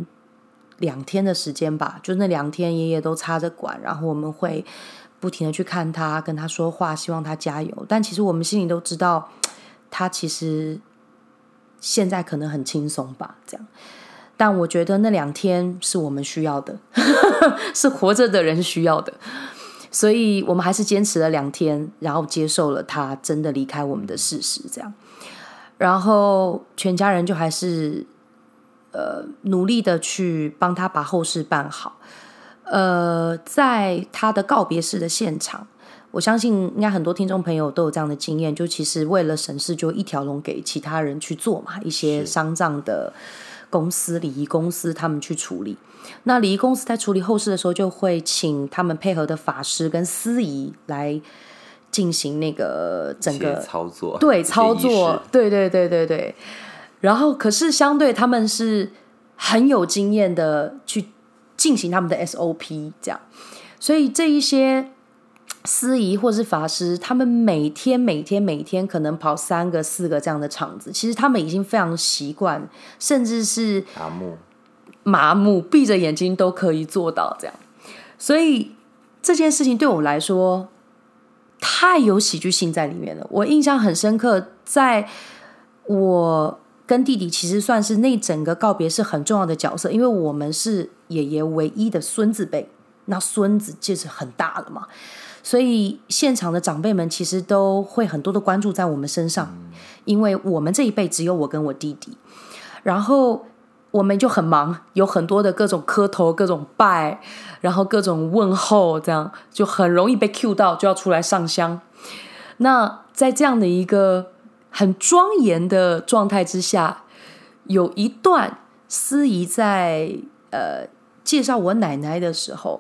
2天的时间吧，就那2天爷爷都插着管，然后我们会不停的去看他，跟他说话，希望他加油。但其实我们心里都知道他其实现在可能很轻松吧，这样。但我觉得那2天是我们需要的是活着的人需要的，所以我们还是坚持了2天，然后接受了他真的离开我们的事实，这样。然后全家人就还是努力的去帮他把后事办好。在他的告别式的现场，我相信应该很多听众朋友都有这样的经验，就其实为了省事就一条龙给其他人去做嘛，一些丧葬的公司、礼仪公司他们去处理。那礼仪公司在处理后事的时候，就会请他们配合的法师跟司仪来进行那个整个操作， 对，操作，对。然后可是相对他们是很有经验的去进行他们的 SOP 这样。所以这一些司仪或是法师，他们每天可能跑3个4个这样的场子，其实他们已经非常习惯，甚至是麻木闭着眼睛都可以做到这样。所以这件事情对我来说太有喜剧性在里面了，我印象很深刻。在我跟弟弟其实算是那整个告别是很重要的角色，因为我们是爷爷唯一的孙子辈，那孙子就是很大了嘛，所以现场的长辈们其实都会很多的关注在我们身上，因为我们这一辈只有我跟我弟弟，然后我们就很忙，有很多的各种磕头、各种拜，然后各种问候，这样就很容易被 cue 到，就要出来上香。那在这样的一个很庄严的状态之下，有一段司仪在介绍我奶奶的时候，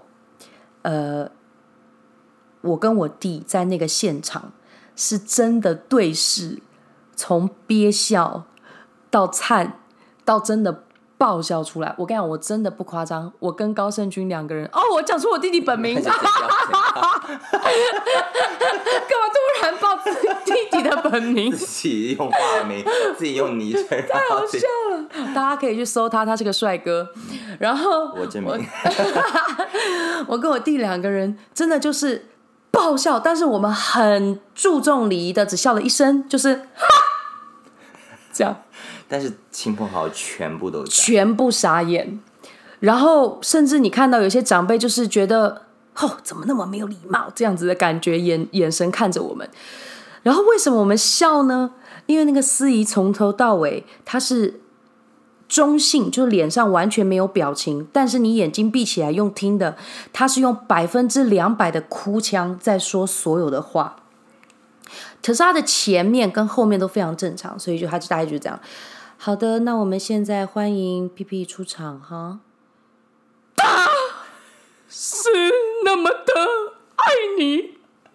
我跟我弟在那个现场是真的对视，从憋笑到灿到真的爆笑出来。我跟你讲，我真的不夸张，我跟高胜军2个人，我讲出我弟弟本名，干嘛突然报弟弟的本名？ 自己用化名，自己用昵称， 太好笑了！大家可以去搜他是个帅哥。然后我证明， 我跟我弟2个人真的就是爆笑，但是我们很注重礼仪的，只笑了一声，就是这样。 但是亲朋好友全部都在， 全部傻眼。然后甚至你看到有些长辈就是觉得怎么那么没有礼貌，这样子的感觉，眼神看着我们。然后为什么我们笑呢？因为那个司仪从头到尾他是中性，就是脸上完全没有表情，但是你眼睛闭起来用听的，他是用200%的哭腔在说所有的话。可是他的前面跟后面都非常正常，所以他就大概就这样。好的，那我们现在欢迎 PP 出场哈。是那么的爱你，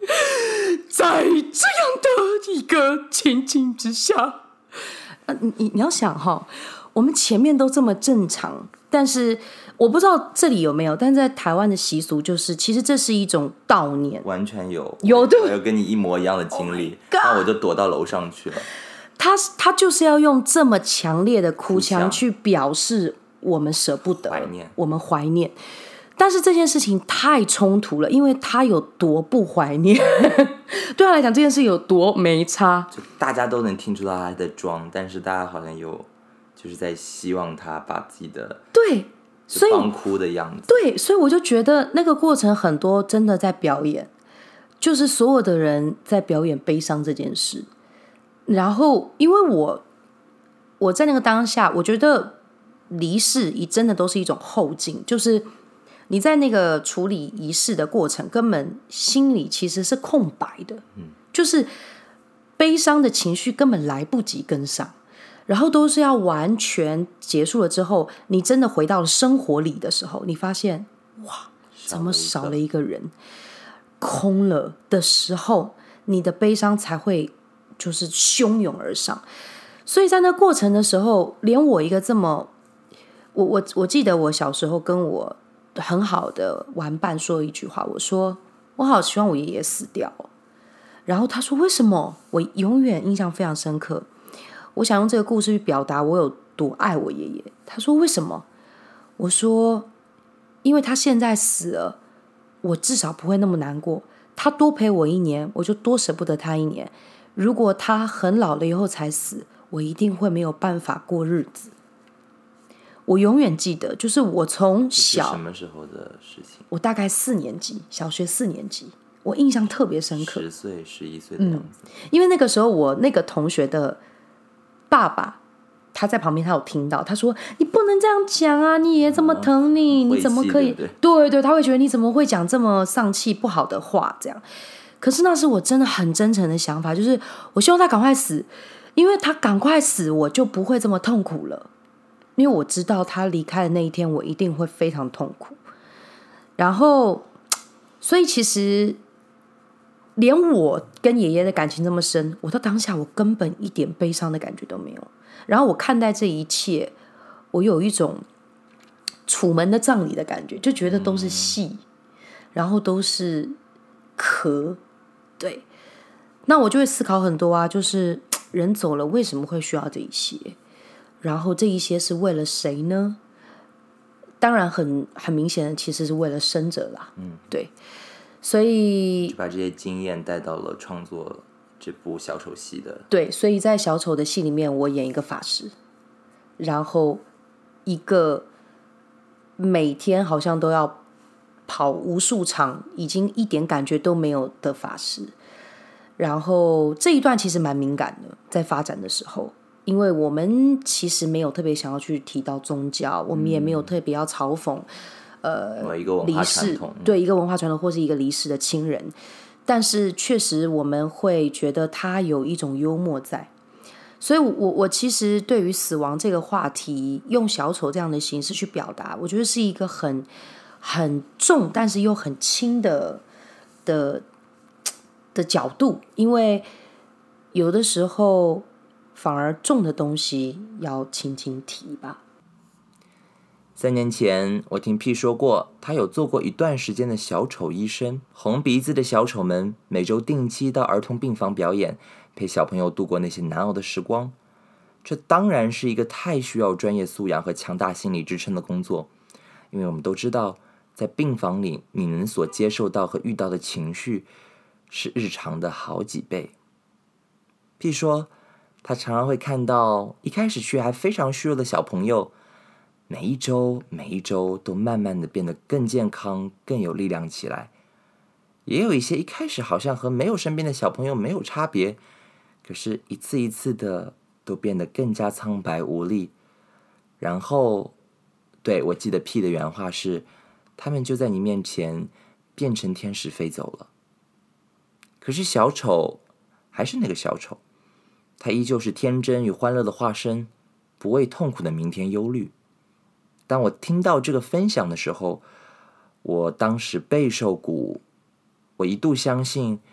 在这样的一个情境之下，你要想哈，我们前面都这么正常，但是我不知道这里有没有，但在台湾的习俗就是，其实这是一种悼念， 完全有对， 我有跟你一模一样的经历，那我就躲到楼上去了。 他就是要用这么强烈的哭腔去表示我们舍不得，我们怀念。但是这件事情太冲突了，因为他有多不怀念，对他来讲这件事有多没差， 就大家都能听出到他在装，但是大家好像就是在希望他把自己的对，所以帮哭的样子。 对，所以我就觉得那个过程很多真的在表演，就是所有的人在表演悲伤这件事。然后因为我在那个当下，我觉得离世也真的都是一种后劲，就是你在那个处理仪式的过程，根本心里其实是空白的，就是悲伤的情绪根本来不及跟上，然后都是要完全结束了之后，你真的回到了生活里的时候，你发现哇，怎么少了一个人，空了的时候，你的悲伤才会就是汹涌而上。所以在那过程的时候，连我一个这么我记得我小时候跟我很好的玩伴说一句话，我说我好希望我爷爷死掉，然后他说为什么？我永远印象非常深刻，我想用这个故事去表达我有多爱我爷爷。他说为什么？我说因为他现在死了，我至少不会那么难过，他多陪我1年，我就多舍不得他1年。如果他很老了以后才死，我一定会没有办法过日子。我永远记得，就是我从小， 什么时候的事情？ 我大概4年级，小学4年级，我印象特别深刻。 10岁、11岁的样子。 因为那个时候我那个同学的爸爸，他在旁边，他有听到，他说：“你不能这样讲啊，你爷爷这么疼你，你怎么可以？”对，他会觉得你怎么会讲这么丧气不好的话？这样。可是那是我真的很真诚的想法，就是我希望他赶快死，因为他赶快死，我就不会这么痛苦了。因为我知道他离开的那一天，我一定会非常痛苦。然后，所以其实连我跟爷爷的感情这么深，我到当下我根本一点悲伤的感觉都没有。然后我看待这一切，我有一种楚门的葬礼的感觉，就觉得都是戏，然后都是壳。对，那我就会思考很多啊，就是人走了为什么会需要这一些？然后这一些是为了谁呢？当然很明显的，其实是为了生者啦。对，所以就把这些经验带到了创作这部小丑戏的。 对，所以在小丑的戏里面，我演一个法师，然后一个每天好像都要跑无数场，已经一点感觉都没有的法师。然后这一段其实蛮敏感的，在发展的时候，因为我们其实没有特别想要去提到宗教，我们也没有特别要嘲讽一个文化传统， 对一个文化传统或是一个离世的亲人，但是确实我们会觉得他有一种幽默在。所以我其实对于死亡这个话题，用小丑这样的形式去表达，我觉得是一个很重但是又很轻的角度，因为有的时候反而重的东西要轻轻提吧。 3年前我听 P 说过，他有做过一段时间的小丑医生，红鼻子的小丑们每周定期到儿童病房表演，陪小朋友度过那些难熬的时光。这当然是一个太需要专业素养和强大心理支撑的工作，因为我们都知道，在病房里你能所接受到和遇到的情绪是日常的好几倍。P 说他常常会看到一开始去还非常虚弱的小朋友，每一周都慢慢的变得更健康更有力量起来，也有一些一开始好像和没有生病的小朋友没有差别，可是一次一次的都变得更加苍白无力。然后对，我记得 P 的原话是，他们就在你面前变成天使飞走了。可是小丑还是那个小丑，他依旧是天真与欢乐的化身，不为痛苦的明天忧虑。当我听到这个分享的时候，我当时备受鼓舞，我一度相信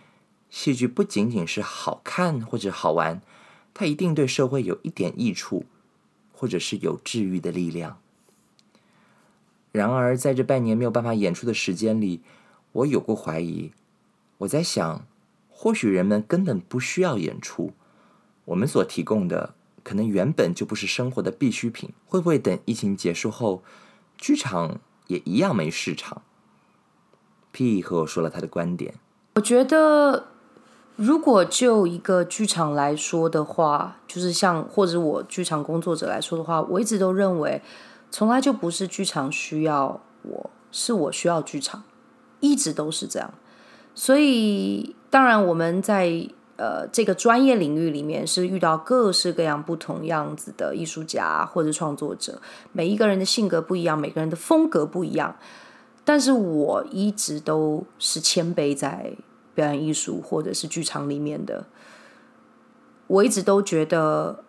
戏剧不仅仅是好看或者好玩，它一定对社会有一点益处，或者是有治愈的力量。然而在这半年没有办法演出的时间里，我有过怀疑。我在想，或许人们根本不需要演出，我们所提供的可能原本就不是生活的必需品。会不会等疫情结束后，剧场也一样没市场？ P 和我说了他的观点。 我觉得如果就一个剧场来说的话，就是像或者我剧场工作者来说的话，我一直都认为从来就不是剧场需要我，是我需要剧场，一直都是这样。所以当然我们在这个专业领域里面是遇到各式各样不同样子的艺术家或者创作者，每一个人的性格不一样，每个人的风格不一样，但是我一直都是谦卑在表演艺术或者是剧场里面的。我一直都觉得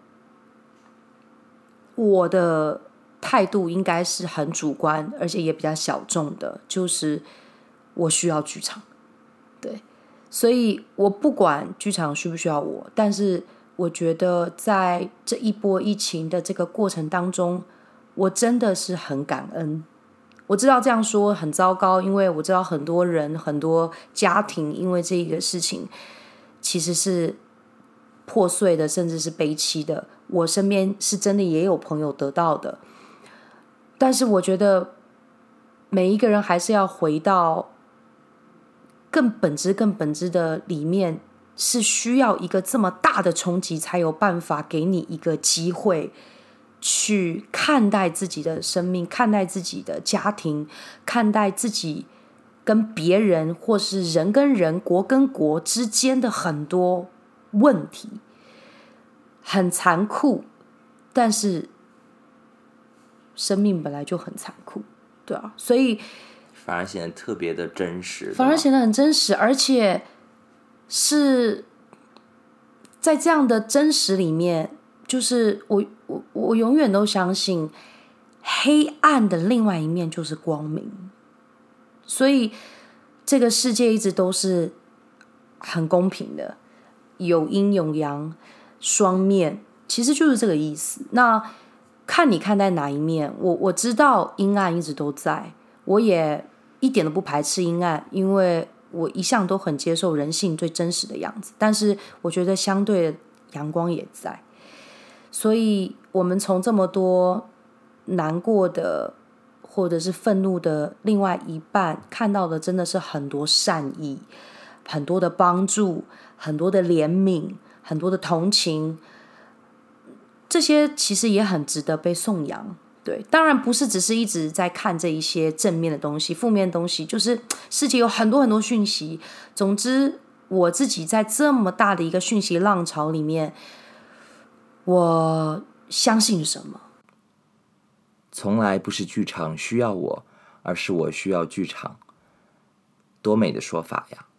我的态度应该是很主观，而且也比较小众的，就是我需要剧场。对，所以我不管剧场需不需要我，但是我觉得在这一波疫情的这个过程当中，我真的是很感恩。我知道这样说很糟糕，因为我知道很多人很多家庭因为这个事情其实是破碎的，甚至是悲戚的。我身边是真的也有朋友得到的，但是我觉得每一个人还是要回到更本质的里面，是需要一个这么大的冲击才有办法给你一个机会去看待自己的生命，看待自己的家庭，看待自己跟别人或是人跟人国跟国之间的很多问题。很残酷，但是生命本来就很残酷，对啊，所以反而显得特别的真实， 反而显得很真实，而且是在这样的真实里面，就是我永远都相信黑暗的另外一面就是光明，所以这个世界一直都是很公平的，有阴有阳，双面，其实就是这个意思。那看你看待哪一面，我知道阴暗一直都在，我也一点都不排斥阴暗，因为我一向都很接受人性最真实的样子，但是我觉得相对的阳光也在。所以我们从这么多难过的或者是愤怒的另外一半看到的真的是很多善意，很多的帮助，很多的怜悯，很多的同情，这些其实也很值得被颂扬。对，当然不是只是一直在看这一些正面的东西，负面的东西就是世界有很多很多讯息。总之我自己在这么大的一个讯息浪潮里面，我相信什么？ 从来不是剧场需要我，而是我需要剧场。多美的说法呀！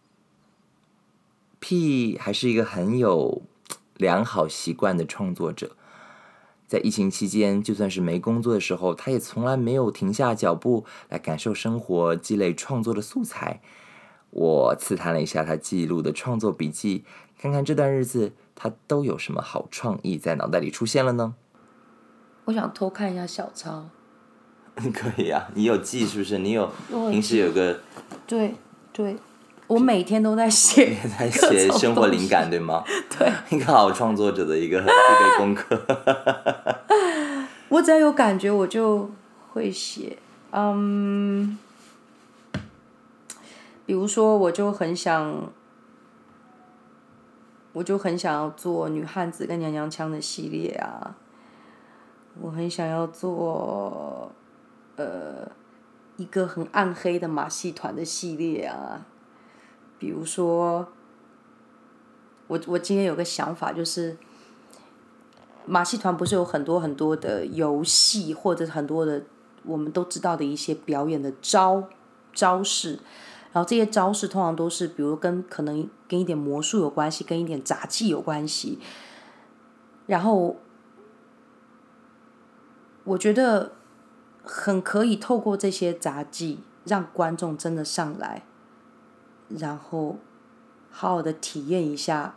P 还是一个很有良好习惯的创作者，在疫情期间，就算是没工作的时候，他也从来没有停下脚步来感受生活，积累创作的素材。我刺探了一下他记录的创作笔记，看看这段日子他都有什么好创意在脑袋里出现了呢？ 我想偷看一下小抄。 可以啊，你有记是不是？你有平时有个对，我每天都在写， 在写生活灵感，对吗？ 对， 一个好创作者的一个功课。 我只要有感觉我就会写，比如说我就很想要做女汉子跟娘娘腔的系列啊，我很想要做一个很暗黑的马戏团的系列啊。比如说我今天有个想法，就是马戏团不是有很多很多的游戏，或者很多的我们都知道的一些表演的招式，然后这些招式通常都是比如可能跟一点魔术有关系，跟一点杂技有关系，然后我觉得很可以透过这些杂技让观众真的上来，然后好好的体验一下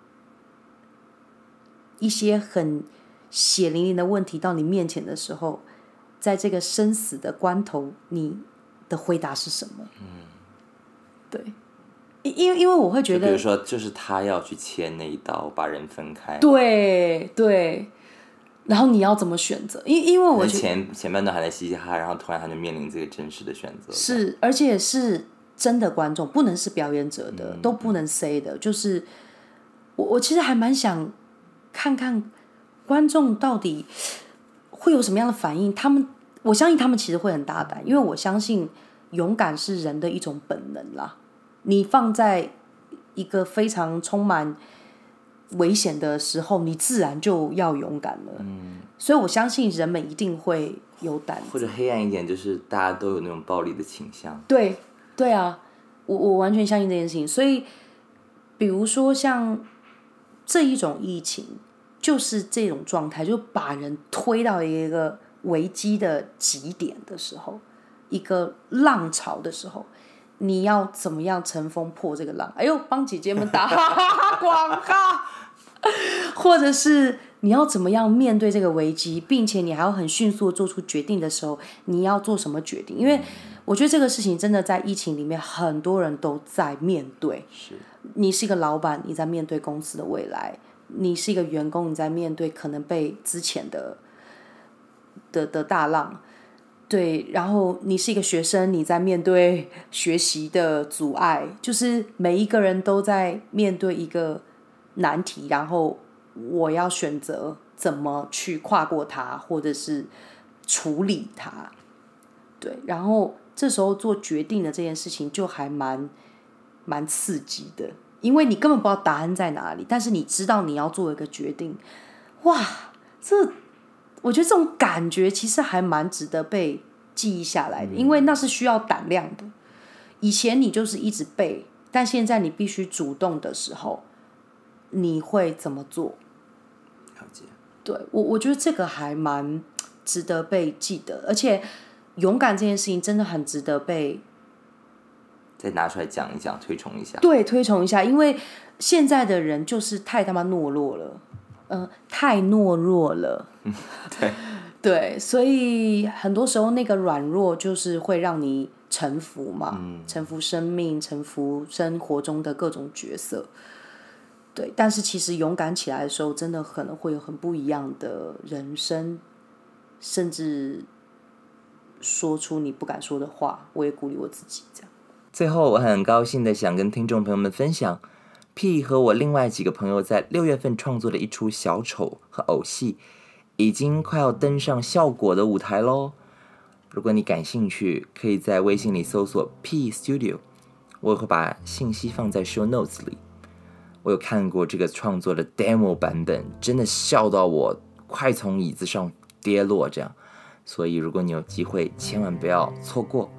一些很血淋淋的问题到你面前的时候，在这个生死的关头，你的回答是什么？对，因为我会觉得， 比如说，就是他要去切那一刀，把人分开。 对，然后你要怎么选择？因为我觉得前半段还在嘻嘻哈哈，然后突然他就面临这个真实的选择。 是，而且是真的观众，不能是表演者的，都不能 say 的。就是我其实还蛮想看看观众到底会有什么样的反应。我相信他们其实会很大胆，因为我相信勇敢是人的一种本能啦。你放在一个非常充满危险的时候，你自然就要勇敢了。所以我相信人们一定会有胆子。 或者黑暗一点，就是大家都有那种暴力的倾向。 对啊，我完全相信这件事情。所以比如说像这一种疫情，就是这种状态，就把人推到一个危机的极点的时候，一个浪潮的时候，你要怎么样乘风破这个浪？哎呦，帮姐姐们打广告，或者是你要怎么样面对这个危机，并且你还要很迅速的做出决定的时候，你要做什么决定？因为我觉得这个事情真的在疫情里面，很多人都在面对。你是一个老板，你在面对公司的未来；你是一个员工，你在面对可能被资遣的大浪。对，然后你是一个学生，你在面对学习的阻碍，就是每一个人都在面对一个难题，然后我要选择怎么去跨过它，或者是处理它。对，然后这时候做决定的这件事情就还蛮刺激的，因为你根本不知道答案在哪里，但是你知道你要做一个决定。哇，我觉得这种感觉其实还蛮值得被记忆下来的，因为那是需要胆量的。以前你就是一直背，但现在你必须主动的时候，你会怎么做？ 了解。 对，我觉得这个还蛮值得被记得，而且勇敢这件事情真的很值得被再拿出来讲一讲，推崇一下。 对，推崇一下，因为现在的人就是太他妈懦弱了。太懦弱了。对，所以很多时候那个软弱就是会让你臣服嘛，臣服生命，臣服生活中的各种角色。对，但是其实勇敢起来的时候，真的可能会有很不一样的人生，甚至说出你不敢说的话。我也鼓励我自己这样。 最后，我很高兴的想跟听众朋友们分享P 和我另外几个朋友在6月份创作的一出小丑和偶戏，已经快要登上效果的舞台咯。如果你感兴趣，可以在微信里搜索 P Studio， 我会把信息放在 show notes 里。我有看过这个创作的 demo 版本，真的笑到我快从椅子上跌落这样，所以如果你有机会，千万不要错过。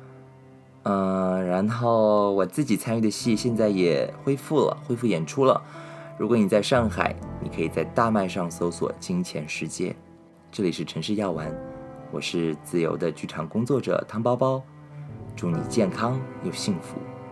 然后我自己参与的戏现在也恢复演出了。如果你在上海，你可以在大麦上搜索金钱世界。这里是城市药丸，我是自由的剧场工作者汤包包，祝你健康又幸福。